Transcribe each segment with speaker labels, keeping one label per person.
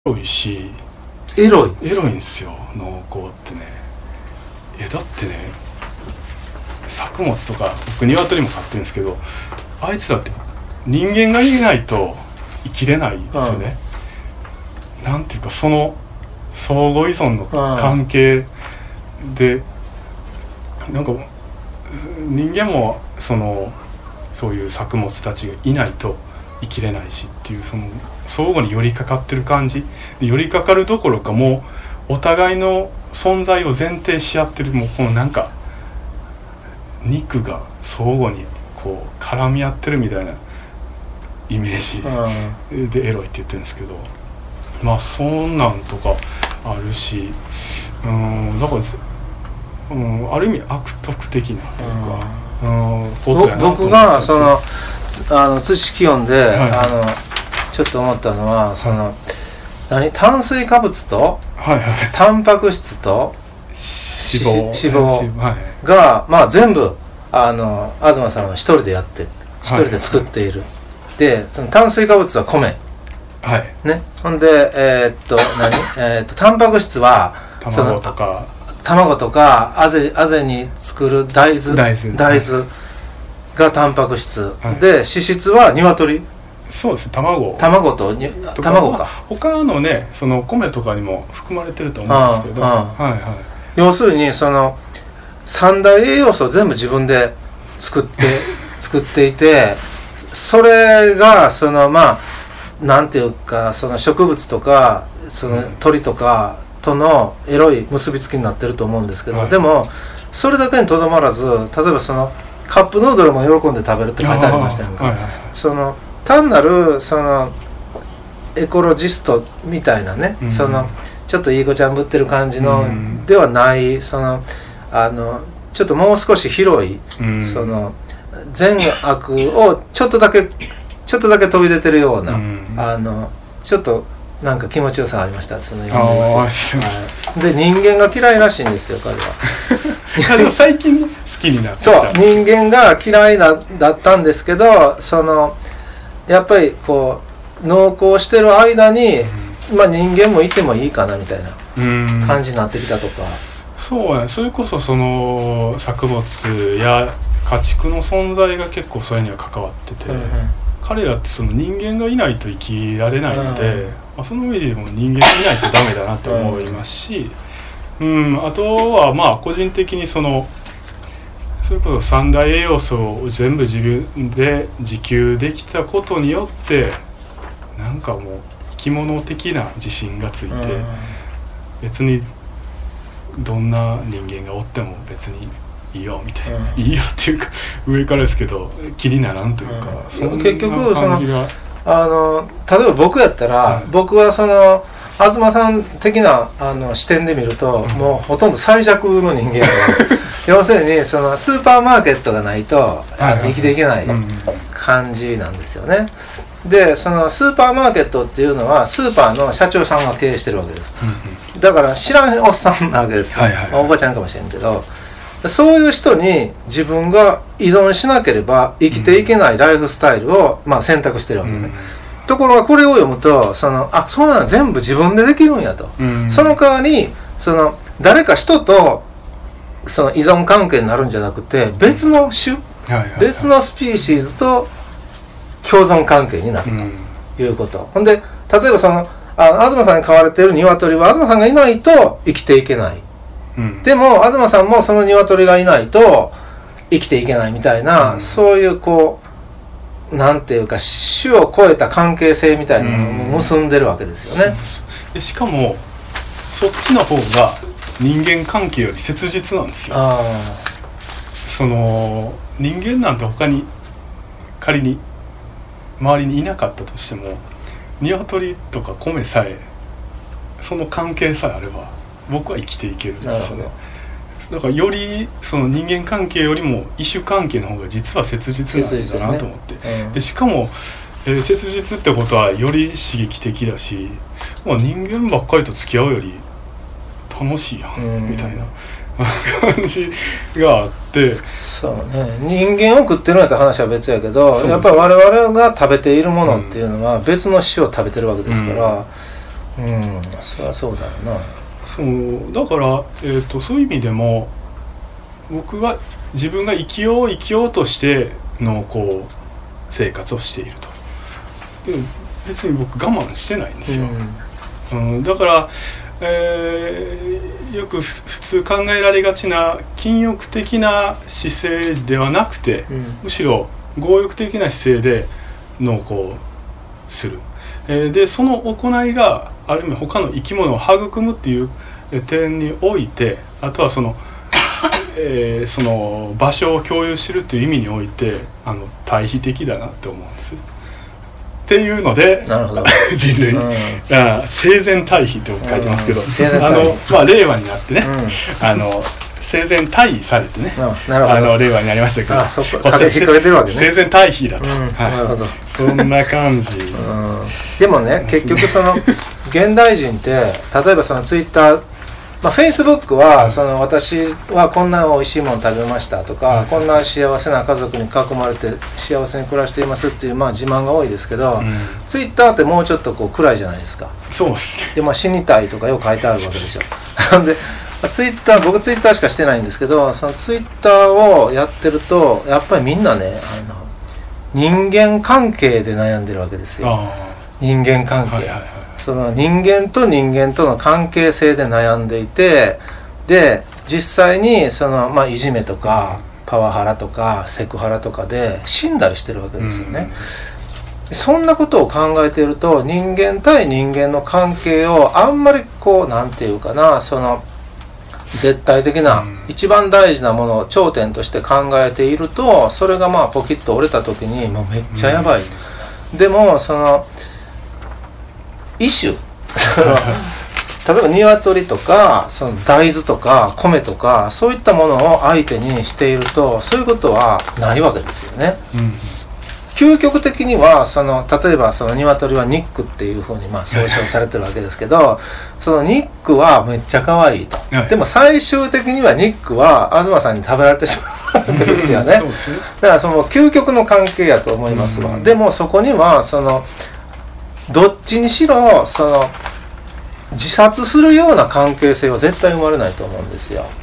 Speaker 1: ロいし、
Speaker 2: エロい
Speaker 1: んですよ農耕ってね。だってね、作物とか僕鶏も飼ってるんですけど、あいつらって人間がいないと生きれないですよね、なんていうか、その相互依存の関係で、なんか人間もそういう作物たちがいないと生きれないしっていう、その相互に寄りかかってる感じで、寄りかかるどころかもうお互いの存在を前提し合ってる、もうこのなんか肉が相互にこう絡み合ってるみたいなイメージでエロいって言ってるんですけど、まあそんなんとかあるし、だからある意味悪徳的なというか、ことやなと思って。
Speaker 2: 僕が知識読んで、ちょっと思ったのは、炭水化物と、タンパク質と脂肪が、まあ、全部東さんは一人でやって一人で作っている、でその炭水化物は米、ね、ほんでタンパク質は卵とかあぜに作る大豆がタンパク質、で脂質は鶏。
Speaker 1: そうですね、卵か他のね、その米とかにも含まれてると思うんですけど、
Speaker 2: 要するに三大栄養素を全部自分で作っていて、それがまあなんていうか、その植物とかその鳥とかとのエロい結びつきになってると思うんですけど、でもそれだけにとどまらず、例えばカップヌードルも喜んで食べるって書いてありましたよね。単なるエコロジストみたいなね、ちょっといい子ちゃんぶってる感じの、ではない、ちょっともう少し広い、善悪をちょっとだけ飛び出てるような、ちょっとなんか気持ちよさありました。で人間が嫌いらしいんですよ、彼は。
Speaker 1: でも最近好きになってきた。
Speaker 2: そう、人間が嫌いだったんですけど、やっぱりこう農耕してる間に、まあ、人間もいてもいいかなみたいな感じになってきたとか。
Speaker 1: そうや、それこそ作物や家畜の存在が結構それには関わってて、彼らって人間がいないと生きられないので、その意味でも人間がいないとダメだなって思いますし、あとはまあ個人的にそれこそ三大栄養素を全部自分で自給できたことによって、なんかもう生き物的な自信がついて、別にどんな人間がおっても別にいいよみたいな、いいよっていうか上からですけど気にならんというか、
Speaker 2: 結局例えば僕やったら、僕は東さん的な視点で見ると、もうほとんど最弱の人間なんです要するにスーパーマーケットがないと生きていけない感じなんですよね。でスーパーマーケットっていうのはスーパーの社長さんが経営してるわけです、だから知らんおっさんなわけですよ、おばちゃんかもしれんけど、そういう人に自分が依存しなければ生きていけないライフスタイルを、まあ、選択してるわけね、ところがこれを読むとそうなの全部自分でできるんやと、その代わり誰か人と依存関係になるんじゃなくて、別の種、別のスピーシーズと共存関係になるということ、ほんで例えば東さんに飼われている鶏は東さんがいないと生きていけない、でも東さんもその鶏がいないと生きていけないみたいな、そういうなんていうか種を超えた関係性みたいなのを結んでるわけですよね、
Speaker 1: しかもそっちの方が人間関係より切実なんですよ。人間なんて他に仮に周りにいなかったとしても、鶏とか米さえその関係さえあれば僕は生きていけるんですよね。だからより人間関係よりも異種関係の方が実は切実なんだなと思って、でしかも、切実ってことはより刺激的だし、人間ばっかりと付き合うより楽しいやん、みたいな感じがあって、
Speaker 2: そうね、人間を食ってるんやった話は別やけど、やっぱり我々が食べているものっていうのは別の種を食べてるわけですから、 そりゃそうだよな。
Speaker 1: そうだから、そういう意味でも僕は自分が生きようとしてのこう生活をしていると。でも別に僕我慢してないんですよ、だから、よく普通考えられがちな禁欲的な姿勢ではなくて、むしろ強欲的な姿勢で農耕する、でその行いがある意味他の生き物を育むっていう点において、あとはその場所を共有するっていう意味において対比的だなって思うんです。っていうので人類、生前対比って書いてますけど、令和になってね、生前退位されてね、令和になりましたけど、こっちは生前退避だと、なるほど、そんな感じ、
Speaker 2: でもね、結局その現代人って例えばそのツイッター、フェイスブックはその私はこんな美味しいもの食べましたとか、こんな幸せな家族に囲まれて幸せに暮らしていますっていう自慢が多いですけど、ツイッターってもうちょっとこう暗いじゃないですか。
Speaker 1: そうですね。
Speaker 2: で死にたいとかよく書いてあるわけでしょでツイッター、僕ツイッターしかしてないんですけど、そのツイッターをやってるとやっぱりみんなね、人間関係で悩んでるわけですよ。人間関係、その人間と人間との関係性で悩んでいて、で実際にその、いじめとかパワハラとかセクハラとかで死んだりしてるわけですよね。そんなことを考えていると、人間対人間の関係をあんまりこうなんていうかな、その絶対的な一番大事なものを頂点として考えていると、それがポキッと折れた時にもうめっちゃやばい、でもその一種例えば鶏とかその大豆とか米とかそういったものを相手にしていると、そういうことはないわけですよね。究極的にはその例えばその鶏はニックっていうふうに総称されてるわけですけど、そのニックはめっちゃ可愛いと、でも最終的にはニックは東さんに食べられてしまうわけですよね。だからその究極の関係やと思いますわ。でもそこにはそのどっちにしろその自殺するような関係性は絶対生まれないと思うんですよ。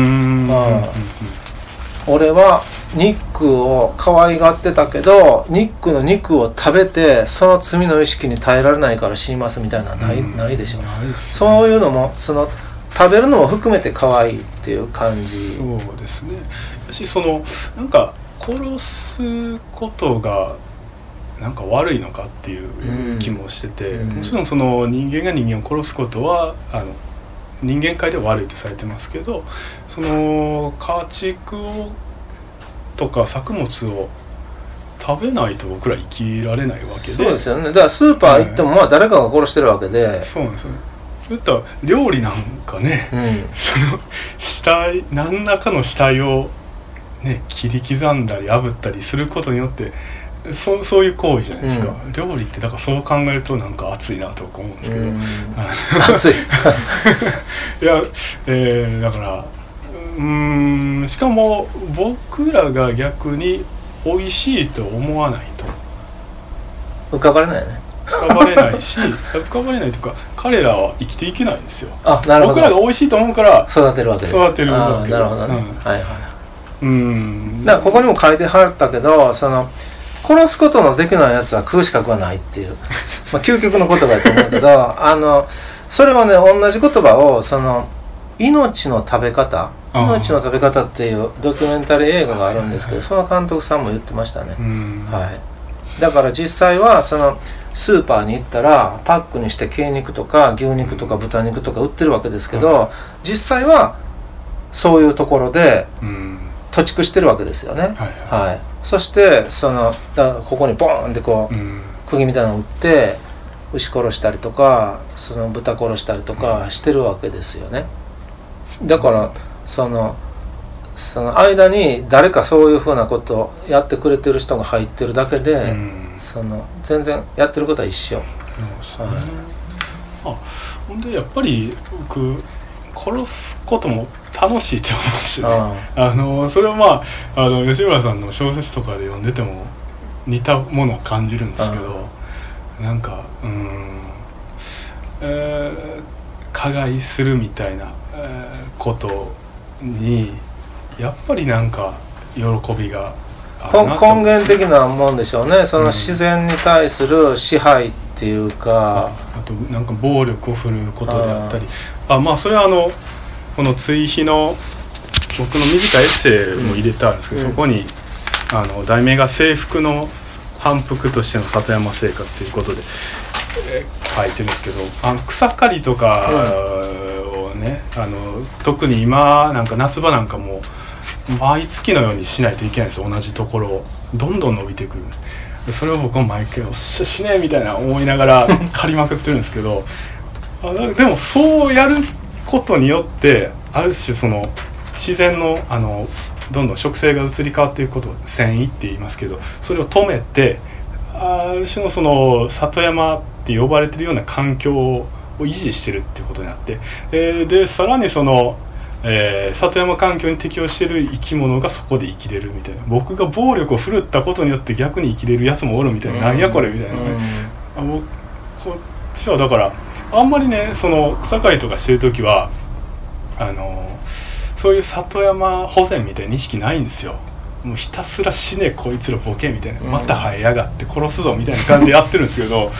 Speaker 2: 俺はニックを可愛がってたけど、ニックの肉を食べてその罪の意識に耐えられないから死にますみたいなのはないでしょ。そういうのもその食べるのも含めて可愛いっていう感じ。
Speaker 1: そうですね。そのなんか殺すことがなんか悪いのかっていう気もしてて、もちろんその人間が人間を殺すことは人間界では悪いとされてますけど、その家畜をとか作物を食べないと僕ら生きられないわけで。
Speaker 2: そうですよね。だからスーパー行っても誰かが殺してるわけで、
Speaker 1: そうなんですよね。言ったら料理なんかね、その死体何らかの死体をね切り刻んだり炙ったりすることによってそういう行為じゃないですか、料理って。だからそう考えるとなんか熱いなと思うんですけど、
Speaker 2: 熱い
Speaker 1: いや、だからしかも僕らが逆に美味しいと思わないと
Speaker 2: 浮かばれないよね。
Speaker 1: 浮かばれないし浮かばれないというか、彼らは生きていけないんですよ。
Speaker 2: なるほど。
Speaker 1: 僕らが美味しいと思うから
Speaker 2: 育てるわけで。
Speaker 1: 育てるわけで。
Speaker 2: なるほどね。はいはい。だからここにも書いてはったけど、その殺すことのできないやつは食う資格はないっていう究極の言葉だと思うけどそれはね、同じ言葉をその命の食べ方っていうドキュメンタリー映画があるんですけど、その監督さんも言ってましたね。だから実際はそのスーパーに行ったらパックにして鶏肉とか牛肉とか豚肉とか売ってるわけですけど、実際はそういうところで土地してるわけですよね。そしてそのここにボーンってこう、釘みたいなのを打って牛殺したりとかその豚殺したりとかしてるわけですよね。だからその間に誰かそういうふうなことをやってくれてる人が入ってるだけで、その全然やってることは一緒。
Speaker 1: ほんでやっぱり僕殺すことも楽しいと思うんですよね。それは吉村さんの小説とかで読んでても似たものを感じるんですけど、なんか加害するみたいな、ことにやっぱりなんか喜びがあるなと思う。
Speaker 2: 根源的なもんでしょうね。その自然に対する支配っていうか、
Speaker 1: あとなんか暴力を振るうことであったり、まあそれはこの追肥の僕の短いエッセイも入れてあるんですけど、そこに題名が制服の反復としての里山生活ということで、書いてるんですけど、草刈りとかをね、特に今なんか夏場なんかも毎月のようにしないといけないんですよ。同じところをどんどん伸びてくる。それを僕も毎回おっしゃしねえみたいな思いながら刈りまくってるんですけどでもそうやることによってある種その自然のどんどん植生が移り変わっていくことを遷移って言いますけど、それを止めてある種のその里山って呼ばれてるような環境を維持してるっていうことになって、でさらにその、里山環境に適応してる生き物がそこで生きれるみたいな、僕が暴力を振るったことによって逆に生きれるやつもおるみたいな、なんやこれみたいなね、こっちはだからあんまりねその草刈りとかしてる時はそういう里山保全みたいな意識ないんですよ。もうひたすら死ねこいつらボケみたいな、また生えやがって殺すぞみたいな感じでやってるんですけど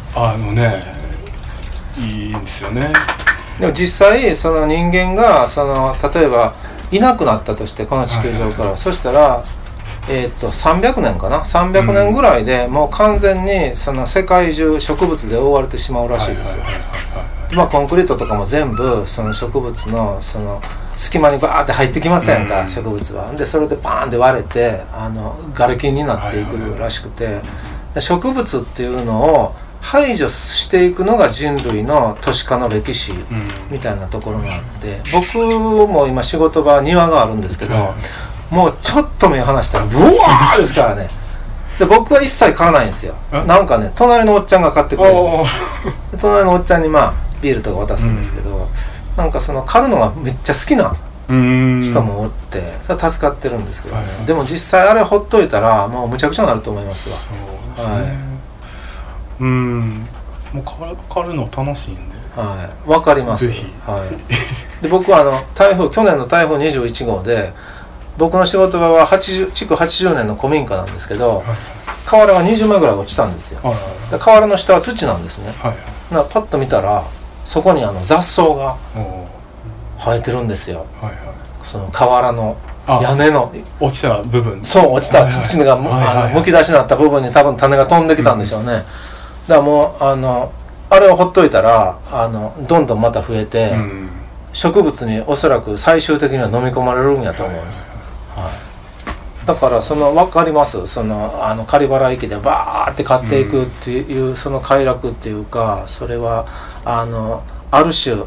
Speaker 1: いいんですよね。
Speaker 2: でも実際その人間が例えばいなくなったとしてこの地球上から、そしたら300年かな、300年ぐらいでもう完全にその世界中植物で覆われてしまうらしいですよ。コンクリートとかも全部その植物のその隙間にバーって入ってきませんか、植物は。でそれでパーンって割れて瓦礫になっていくらしくて、植物っていうのを排除していくのが人類の都市化の歴史みたいなところがあって、僕も今仕事場庭があるんですけど、もうちょっと目離したらブワーですからね。で僕は一切買わないんですよ。なんかね隣のおっちゃんが買ってくれる。隣のおっちゃんにビールとか渡すんですけど、なんかその狩るのがめっちゃ好きな人もおって、それは助かってるんですけどね、でも実際あれほっといたらもうむちゃくちゃになると思いますわ。
Speaker 1: そうですね、もう狩るの楽しいんで、
Speaker 2: わかります。
Speaker 1: ぜひ、
Speaker 2: で僕は去年の台風21号で僕の仕事場は築80年の古民家なんですけど、瓦が20枚ぐらい落ちたんですよ。で瓦の下は土なんですね。パッと見たらそこに雑草が生えてるんですよ。その瓦の屋根の
Speaker 1: 落ちた部分、
Speaker 2: そう落ちた土がむき出しになった部分に多分種が飛んできたんでしょうね。だからもうあれをほっといたらどんどんまた増えて、植物におそらく最終的には飲み込まれるんやと思うんです。だから分かります。刈原駅でバーって刈っていくっていう、その快楽っていうか、それはある種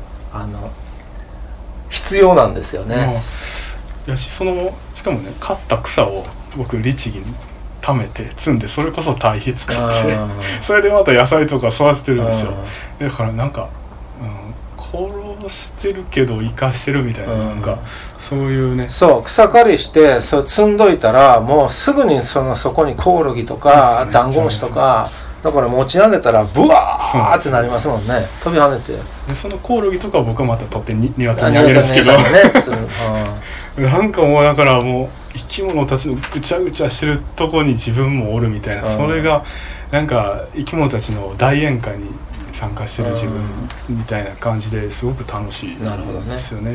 Speaker 2: 必要なんですよね。
Speaker 1: しかもね刈った草を僕律儀に溜めて積んで、それこそ堆肥作ってそれでまた野菜とか育ててるんですよ。だからなんか、殺してるけど生かしてるみたいな、なんかそういうね、
Speaker 2: そう草刈りしてそれ積んどいたらもうすぐにそこにコオロギとかダンゴムシとか、だから持ち上げたらブワーってなりますもんね。飛び跳ねて、
Speaker 1: でそのコオロギとかは僕はまた取って鶏にあげるんですけどなんかもうだからもう生き物たちのぐちゃぐちゃしてるとこに自分もおるみたいな、それがなんか生き物たちの大宴会に参加してる自分みたいな感じですごく楽しいですよね。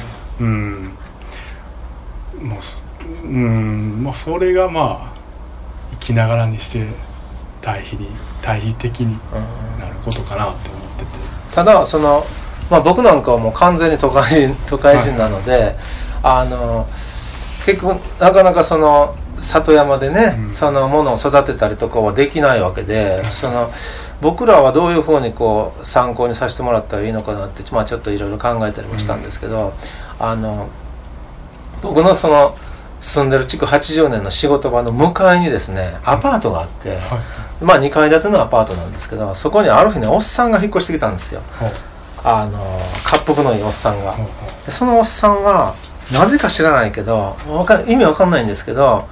Speaker 1: それが生きながらにして対比的になることかなって思ってて、
Speaker 2: ただ僕なんかはもう完全に都会人なので、結局なかなか里山でね、そのものを育てたりとかはできないわけで、僕らはどういうふうに参考にさせてもらったらいいのかなって、ちょっといろいろ考えたりもしたんですけど、僕の住んでる築80年の仕事場の向かいにですねアパートがあって、2階建てのアパートなんですけど、そこにある日ねおっさんが引っ越してきたんですよ。恰幅のいいおっさんが。でそのおっさんはなぜか知らないけど意味わかんないんですけど、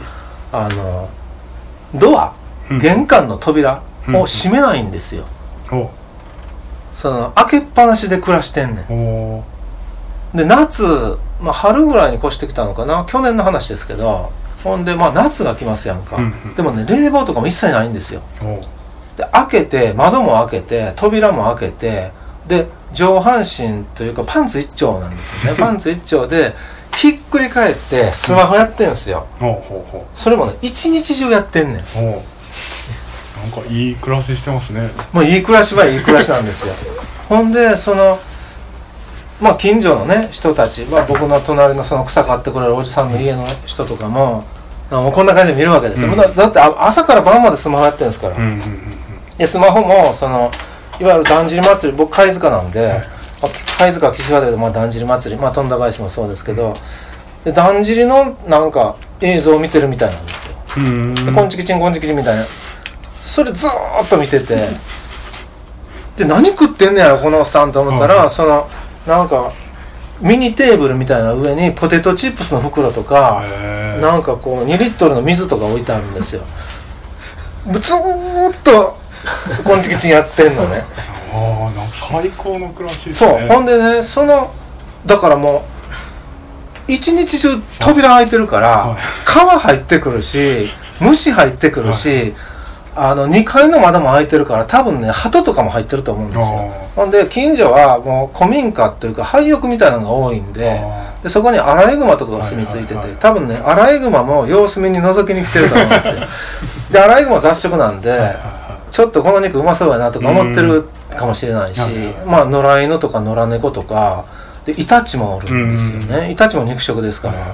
Speaker 2: ドア、玄関の扉を閉めないんですよ。 その開けっぱなしで暮らしてんねん。で夏、春ぐらいに越してきたのかな、去年の話ですけど、ほんで夏が来ますやんか、でもね冷房とかも一切ないんですよ。で開けて窓も開けて扉も開けて、で上半身というかパンツ一丁なんですよね。パンツ一丁でひっくり返ってスマホやってんすよ。それもね一日中やってんねん。
Speaker 1: なんかいい暮らししてますね。
Speaker 2: もういい暮らしはいい暮らしなんですよ。ほんでその近所のね人たち、僕の隣のその草買ってくれるおじさんの家の人とかも、もうこんな感じで見るわけですよ。だって朝から晩までスマホやってるんですから。でスマホもそのいわゆるだんじり祭り、僕貝塚なんで、貝塚岸和田でだんじり祭り、富田林もそうですけど、でだんじりのなんか映像を見てるみたいなんですよ。でこんちきちんこんちきちんみたいな、それずーっと見てて、で何食ってんねやろこのおっさんと思ったら、そのなんかミニテーブルみたいな上にポテトチップスの袋とか、なんかこう2リットルの水とか置いてあるんですよ。ずーっとこんちきちんやってんのね。
Speaker 1: なんか最高の暮らしですね。
Speaker 2: そう、ほんでね、だからもう一日中扉開いてるから、蚊入ってくるし虫入ってくるし、2階の窓も開いてるから多分ね鳩とかも入ってると思うんですよ。ほんで近所はもう古民家というか廃屋みたいなのが多いんで、そこにアライグマとかが住み着いてて、多分ねアライグマも様子見に覗きに来てると思うんですよ。でアライグマ雑食なんで、ちょっとこの肉うまそうやなとか思ってるかもしれないし、野良犬とか野良猫とかでイタチもおるんですよね。イタチも肉食ですから、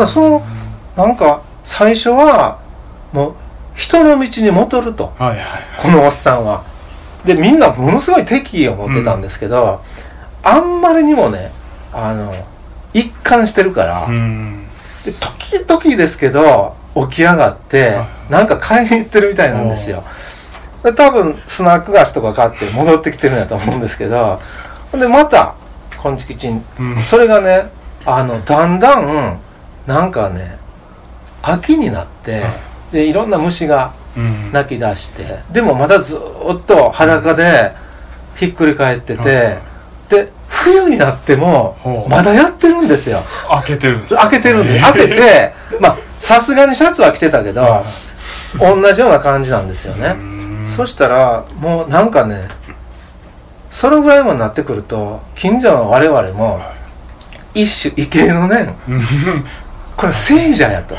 Speaker 2: なんか最初はもう人の道に戻ると、このおっさんは。でみんなものすごい敵意を持ってたんですけど、あんまりにもね一貫してるから、で時々ですけど起き上がってなんか買いに行ってるみたいなんですよ。で多分スナック菓子とか買って戻ってきてるんやと思うんですけど、でまたこんちきちん、それがねだんだんなんかね秋になって、でいろんな虫が鳴き出して、でもまだずっと裸でひっくり返ってて、で冬になってもまだやってるんですよ。
Speaker 1: 開けてるんです
Speaker 2: 開けてるんで、開けてさすがにシャツは着てたけど同じような感じなんですよね。そしたらもうなんかねそれぐらいもなってくると近所の我々も一種異形のねこれ聖者やと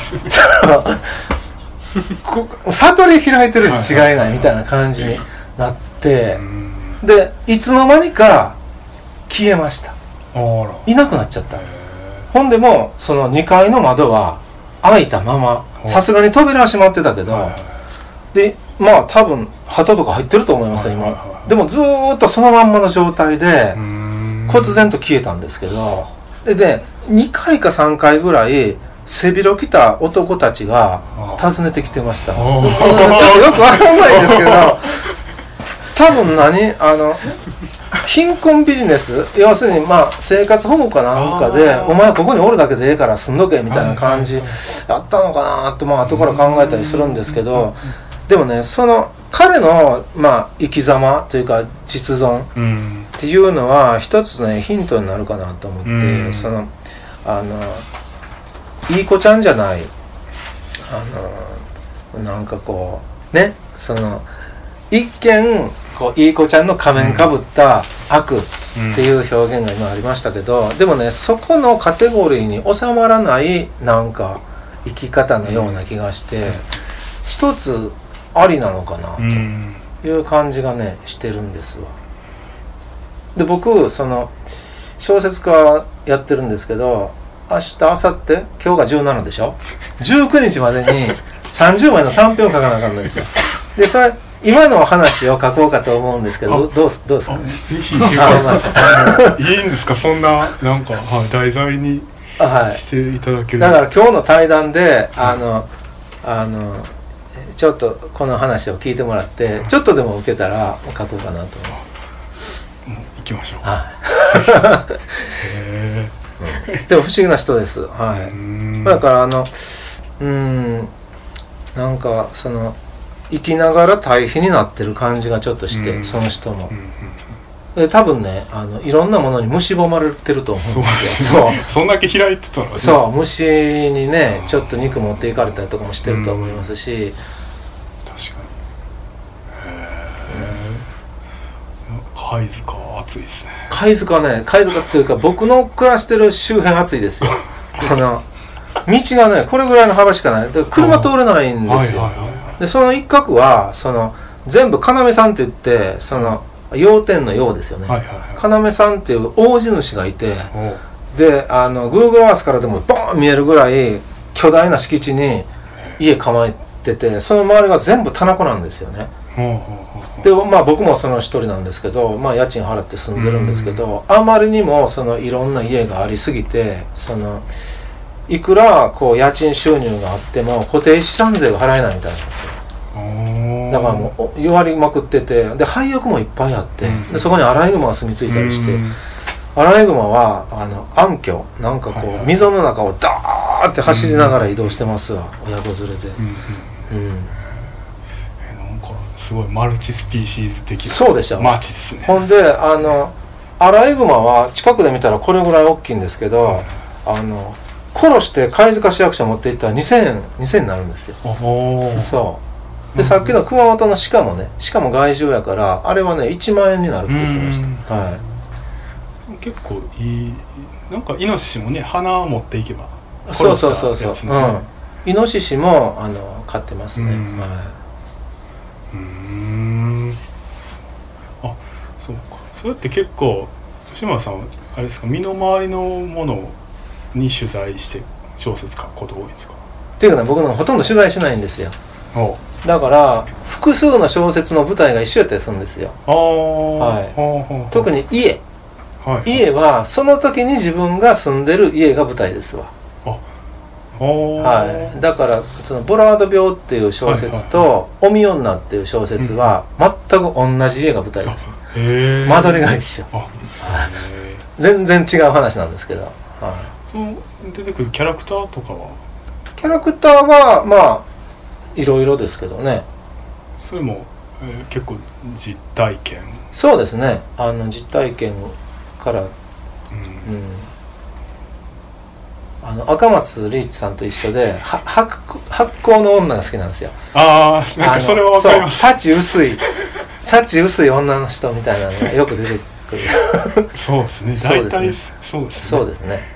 Speaker 2: 悟り開いてるに違いないみたいな感じになって、でいつの間にか消えました。いなくなっちゃった。ほんでもその2階の窓は開いたまま、さすがに扉は閉まってたけど、で多分鳩とか入ってると思いますよ今。でもずーっとそのまんまの状態で忽然と消えたんですけど、で2回か3回ぐらい背広着た男たちが訪ねてきてました。ちょっとよくわかんないんですけど、多分貧困ビジネス、要するに生活保護かなんかでお前ここにおるだけでええから住んどけみたいな感じやったのかなって後から考えたりするんですけど、でもねその彼の生き様というか実存っていうのは一つねヒントになるかなと思って、そのいい子ちゃんじゃないなんかこうね、その一見こういい子ちゃんの仮面かぶった悪っていう表現が今ありましたけど、でもねそこのカテゴリーに収まらないなんか生き方のような気がして、一つありなのかなという感じがねしてるんですわ。で僕その小説家やってるんですけど、明日明後日今日が17でしょ、19日までに30枚の短編を書かなあかんのですよ。でそれ今の話を書こうかと思うんですけど、どうですかね。
Speaker 1: ぜひいいんですか、そんななんか、題材にしていただける。
Speaker 2: だから今日の対談でちょっとこの話を聞いてもらってちょっとでも受けたら書こうかなと思う。
Speaker 1: 行きましょう。
Speaker 2: でも不思議な人です。だからなんかその生きながら対比になってる感じがちょっとして、その人も、で多分ねいろんなものに蝕まれてると思うんですよ。
Speaker 1: そんだけ開いてたのね。
Speaker 2: そう虫にねちょっと肉持っていかれたりとかもしてると思いますし、
Speaker 1: 確かに。貝塚暑いですね。
Speaker 2: 貝塚っていうか僕の暮らしてる周辺暑いですよ。この道がねこれぐらいの幅しかない。で車通れないんですよ。でその一角は全部要さんって言って要点の要ですよね。要さんっていう大地主がいて、でGoogle Earth からでもボーン見えるぐらい巨大な敷地に家構えてて、その周りが全部棚子なんですよね。で僕もその一人なんですけど、家賃払って住んでるんですけど、あまりにもいろんな家がありすぎていくら家賃収入があっても固定資産税が払えないみたいなんですよ。だからもう弱りまくってて、で廃屋もいっぱいあって、でそこにアライグマが住み着いたりして、アライグマは暗渠なんか溝の中をダーって走りながら移動してますわ、親子連れで。
Speaker 1: なんかすごいマルチスピーシーズ的
Speaker 2: そうでしょ。
Speaker 1: マーチですね。
Speaker 2: ほんでアライグマは近くで見たらこれぐらい大きいんですけど、殺して貝塚市役所持っていったら2000になるんですよ。そうでさっきの熊本の鹿も害獣やからあれはね1万円になるって言ってました。
Speaker 1: 結構いい。なんかイノシシもね花を持っていけば
Speaker 2: そう、イノシシも飼ってますね。
Speaker 1: あ、そうか。それって結構島田さんあれですか、身の回りのものに取材して小説書くこと多いんですか？
Speaker 2: っていうかね、僕のほとんど取材しないんですよ。だから複数の小説の舞台が一緒やったりするんですよ。特に家はその時に自分が住んでる家が舞台ですわ。だからボラード病っていう小説とおみ女っていう小説は全く同じ家が舞台ですね。間取りが一緒。全然違う話なんですけど、
Speaker 1: その出てくるキャラクターとかは？
Speaker 2: キャラクターはいろいろですけどね。
Speaker 1: それも、結構実体験。
Speaker 2: そうですね。実体験から、赤松リーチさんと一緒で発酵の女が好きなんですよ。
Speaker 1: なんかそれは分かります。
Speaker 2: 幸薄い女の人みたいなのがよく出てくる。
Speaker 1: そうですね。大体そうですね。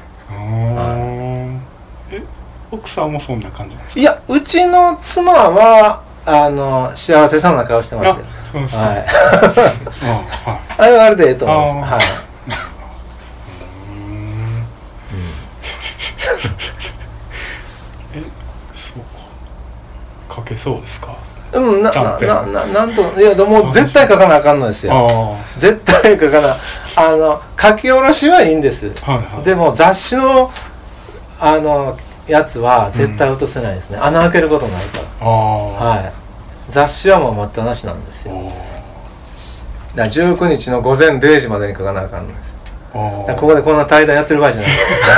Speaker 1: 奥さんもそんな感じなんですか？いや、
Speaker 2: うちの妻は幸せそうな顔してますよ。あれはあれでいいと思います。
Speaker 1: そうか。書けそうですか？
Speaker 2: なんといやでも絶対書かなあかんのですよ。絶対書かな。書き下ろしはいいんです。でも雑誌のやつは絶対落とせないですね。穴開けることないから。雑誌はもう待ったなしなんですよ。だから19日の午前0時までに書かなあかんのですよ。ここでこんな対談やってる場合じゃない。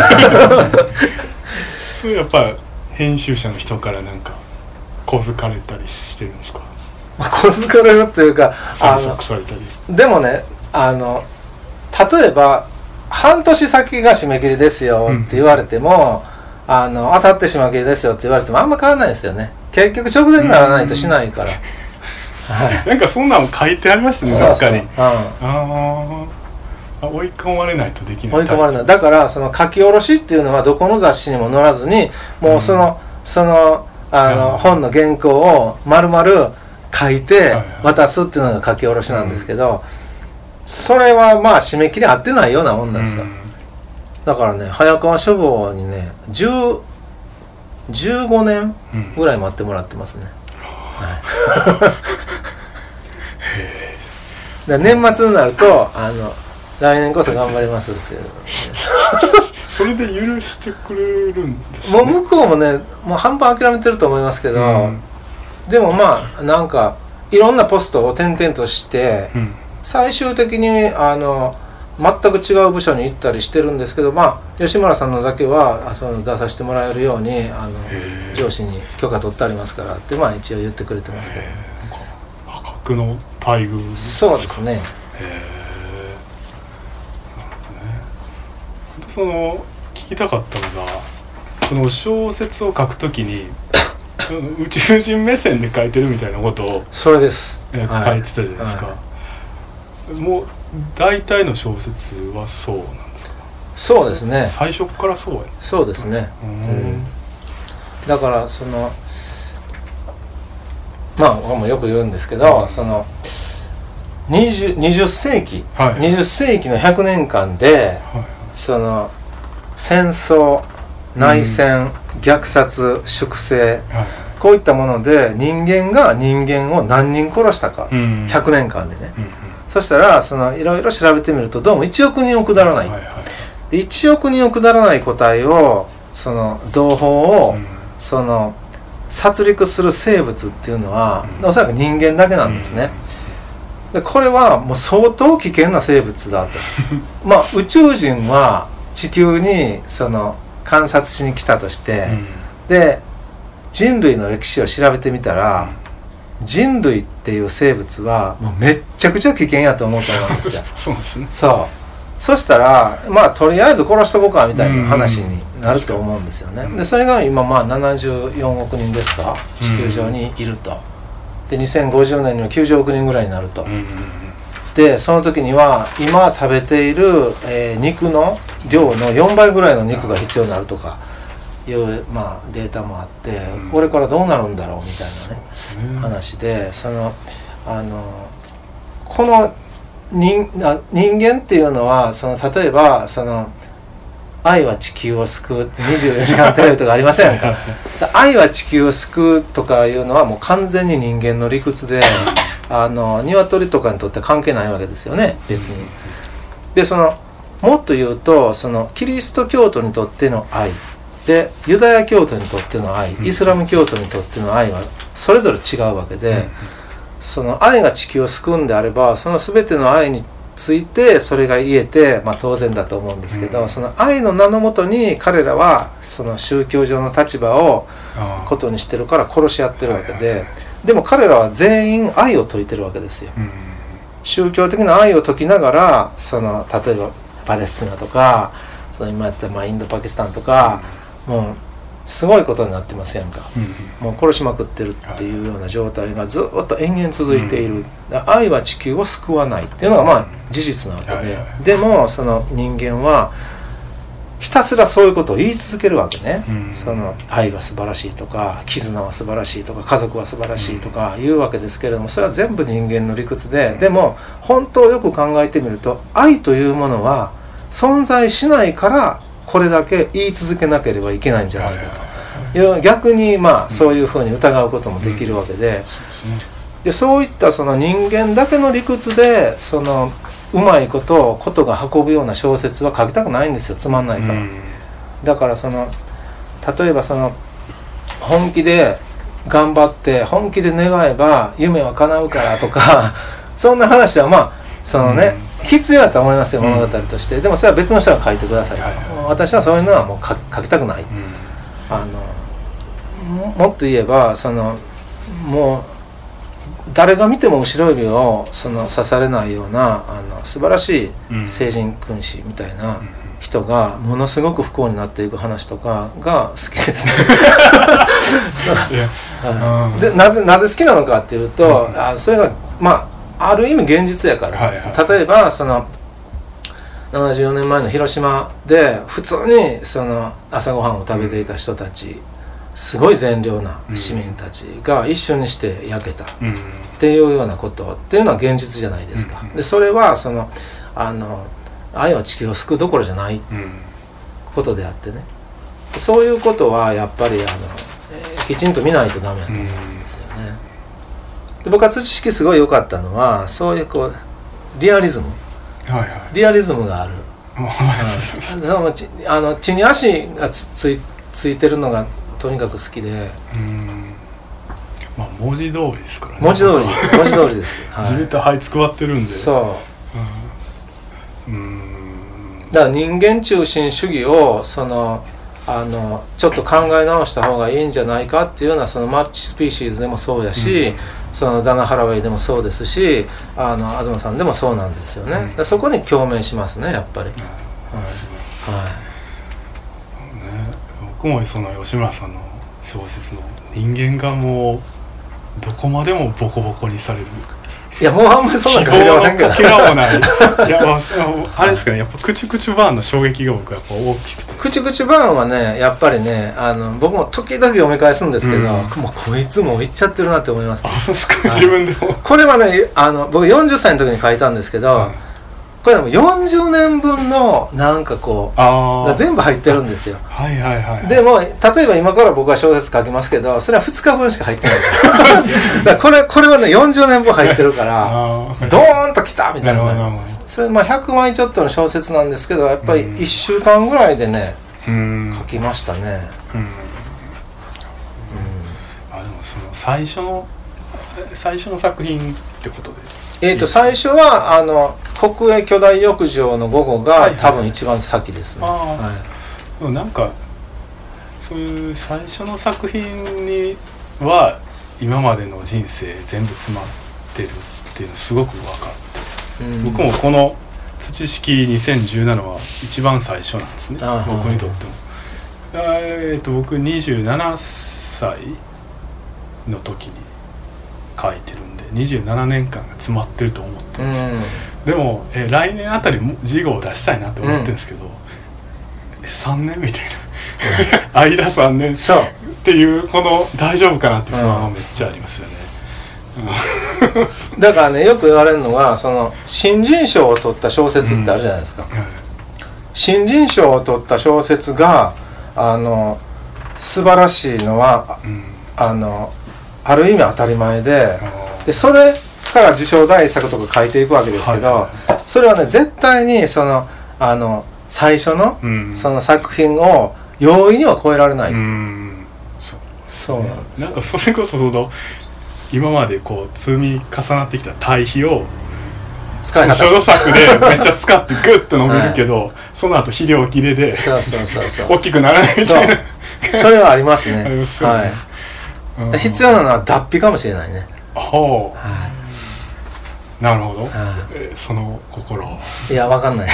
Speaker 1: それやっぱ編集者の人からなんか小づかれたりしてるんですか？
Speaker 2: 小づかれるっていうかでもね例えば半年先が締め切りですよって言われても、あさって締め切りですよって言われてもあんま変わらないですよね。結局直前にならないとしないから。
Speaker 1: なんかそんなの書いてありましたね、中に。追い込まれないとできない。
Speaker 2: 追い込まれない。だからその書き下ろしっていうのはどこの雑誌にも載らずに、もうその本の原稿を丸々書いて渡すっていうのが書き下ろしなんですけど、それは締め切り合ってないようなもんなんですよ。だからね、早川書房にね15年ぐらい待ってもらってますね。で年末になると来年こそ頑張りますっていう、
Speaker 1: それで許してくれるんです
Speaker 2: ね。もう向こうもねもう半分諦めてると思いますけど、でもなんかいろんなポストを転々として、最終的に全く違う部署に行ったりしてるんですけど、吉村さんのだけはその出させてもらえるように上司に許可取ってありますからって一応言ってくれてますけど、
Speaker 1: 破格の待遇ですか？
Speaker 2: そうですね。
Speaker 1: その聞きたかったのが、その小説を書くときに宇宙人目線で書いてるみたいなことを
Speaker 2: それです、
Speaker 1: 書いてたじゃないですか、もう大体の小説はそうなんですか？
Speaker 2: そうですね、
Speaker 1: 最初からそうや。
Speaker 2: そうですね、だから僕もよく言うんですけど、その20世紀、20世紀の100年間で、その戦争、内戦、虐殺、粛清、こういったもので人間が人間を何人殺したか、100年間でね、そしたらいろいろ調べてみるとどうも1億人を下らない、1億人を下らない個体を同胞を殺戮する生物っていうのはおそらく人間だけなんですね。でこれはもう相当危険な生物だと宇宙人は地球に観察しに来たとして、で人類の歴史を調べてみたら、人類っていう生物はもうめっちゃくちゃ危険やと思うと思うんですよ
Speaker 1: そうですね。
Speaker 2: そしたらとりあえず殺しとこうかみたいな話になると思うんですよね。でそれが今74億人ですか、地球上にいると。で2050年には90億人ぐらいになると。でその時には今食べている、肉の量の4倍ぐらいの肉が必要になるとかいう、データもあって、これからどうなるんだろうみたいなね、話でこの人間っていうのは例えば愛は地球を救うって24時間テレビとかありませんか愛は地球を救うとかいうのはもう完全に人間の理屈で鶏とかにとって関係ないわけですよね、別に。でもっと言うとキリスト教徒にとっての愛でユダヤ教徒にとっての愛、イスラム教徒にとっての愛はそれぞれ違うわけで、愛が地球を救うんであればその全ての愛についてそれが言えて、当然だと思うんですけど、その愛の名のもとに彼らは宗教上の立場をことにしてるから殺し合ってるわけで、でも彼らは全員愛を説いてるわけですよ。宗教的な愛を説きながら例えばパレスチナとか今やったインドパキスタンとか、もうすごいことになってますやんか、もう殺しまくってるっていうような状態がずっと延々続いている、愛は地球を救わないっていうのが事実なわけで、でも人間はひたすらそういうことを言い続けるわけね、愛は素晴らしいとか絆は素晴らしいとか家族は素晴らしいとか言うわけですけれども、それは全部人間の理屈で、でも本当をよく考えてみると愛というものは存在しないからこれだけ言い続けなければいけないんじゃないかという、逆にそういうふうに疑うこともできるわけで、そういった人間だけの理屈でうまいことが運ぶような小説は書きたくないんですよ、つまんないから。だから例えば本気で頑張って本気で願えば夢は叶うからとかそんな話は必要だと思いますよ、物語として。でもそれは別の人が書いてくださいと、私はそういうのはもう書きたくない、もっと言えばもう誰が見ても後ろ指を刺されないような素晴らしい聖人君子みたいな人がものすごく不幸になっていく話とかが好きですねでなぜ好きなのかっていうと、それがある意味現実やからです、例えば74年前の広島で普通に朝ごはんを食べていた人たち、すごい善良な市民たちが一緒にして焼けたっていうようなことっていうのは現実じゃないですか。でそれは愛は地球を救うどころじゃないことであってね、そういうことはやっぱりきちんと見ないとダメだと思うんですよね。で僕は知識すごい良かったのはそういうリアリズム、リアリズムがある地に足がついてるのがとにかく好きで、
Speaker 1: 文字通りですからね。
Speaker 2: 文字通りです、
Speaker 1: 地べた這いつくばってるんで。
Speaker 2: そうだから人間中心主義をちょっと考え直した方がいいんじゃないかっていうようなそのマルチスピーシーズでもそうやし、そのダナ・ハラウェイでもそうですし東さんでもそうなんですよね、そこに共鳴しますねやっぱり、
Speaker 1: 僕もその吉村さんの小説の人間がもうどこまでもボコボコにされる、
Speaker 2: いやもうあんまりそんな書いてませんけど、
Speaker 1: かけらもないいや、あれですかね、やっぱクチュクチュバーンの衝撃が僕はやっぱ大きくて、
Speaker 2: クチュクチュバーンはねやっぱりね僕も時々読み返すんですけど、もうこいつもう言っちゃってるなって思います、ね、
Speaker 1: そうですか、自分でも
Speaker 2: これはね僕40歳の時に書いたんですけど、これでも40年分のなんかこうが全部入ってるんですよ。
Speaker 1: はいはいはい。
Speaker 2: でも例えば今から僕は小説書きますけど、それは2日分しか入ってないだからこれはね40年分入ってるからドーンときたみたいな。それ100枚ちょっとの小説なんですけど、やっぱり1週間ぐらいでね書きましたね。
Speaker 1: でもその最初の作品ってことで。
Speaker 2: 最初は国営巨大浴場の午後が多分一番先ですね。
Speaker 1: なんかそういう最初の作品には今までの人生全部詰まってるっていうのすごく分かって、僕もこの土式2017は一番最初なんですね、僕にとっても。僕27歳の時に書いてるんで27年間が詰まってると思ってるんですよ、でも、来年あたり次号を出したいなって思ってるんですけど、3年みたいな間3年っていうこの大丈夫かなっていう不安はめっちゃありますよね。
Speaker 2: だからねよく言われるのがその新人賞を取った小説ってあるじゃないですか、新人賞を取った小説が素晴らしいのは、ある意味当たり前で、それから受賞第一作とか書いていくわけですけど、それはね絶対にその最初のその作品を容易には超えられない。そう
Speaker 1: なんかそれこそその今までこう積み重なってきた対比を
Speaker 2: 使い果た
Speaker 1: 初作でめっちゃ使ってグッと伸びるけど、その後肥料切れで大きくならないみたいな。
Speaker 2: それはありますね。必要なのは脱皮かもしれないね。
Speaker 1: なるほど、その心
Speaker 2: いや分かんない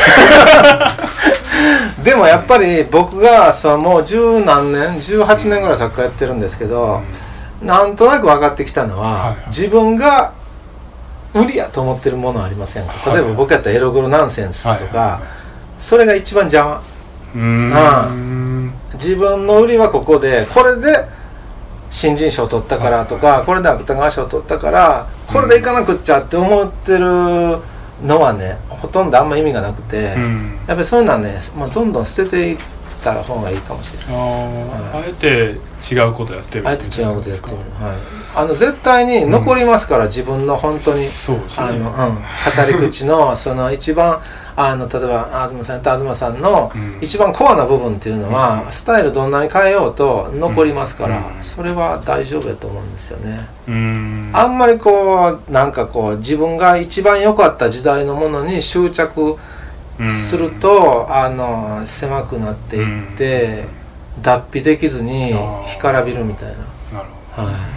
Speaker 2: でもやっぱり僕がもう十何年18年ぐらい作家やってるんですけど、なんとなく分かってきたのは、自分が売りやと思ってるものはありませんか。例えば僕やったらエログロナンセンスとか、それが一番邪魔。自分の売りはここで、これで新人賞取ったからとか、これで芥川賞取ったからこれでいかなくっちゃって思ってるのはねほとんどあんま意味がなくて、やっぱりそういうのはね、どんどん捨てていったら方がいいかもしれない。
Speaker 1: あえて違うことやってる。
Speaker 2: あえて違うことやってる。絶対に残りますから、自分の本当に語り口のその一番例えば東さんと東さんの一番コアな部分っていうのは、スタイルどんなに変えようと残りますから、それは大丈夫だと思うんですよね。あんまりなんか自分が一番良かった時代のものに執着すると狭くなっていって脱皮できずに干からびるみたいな。
Speaker 1: なるほど。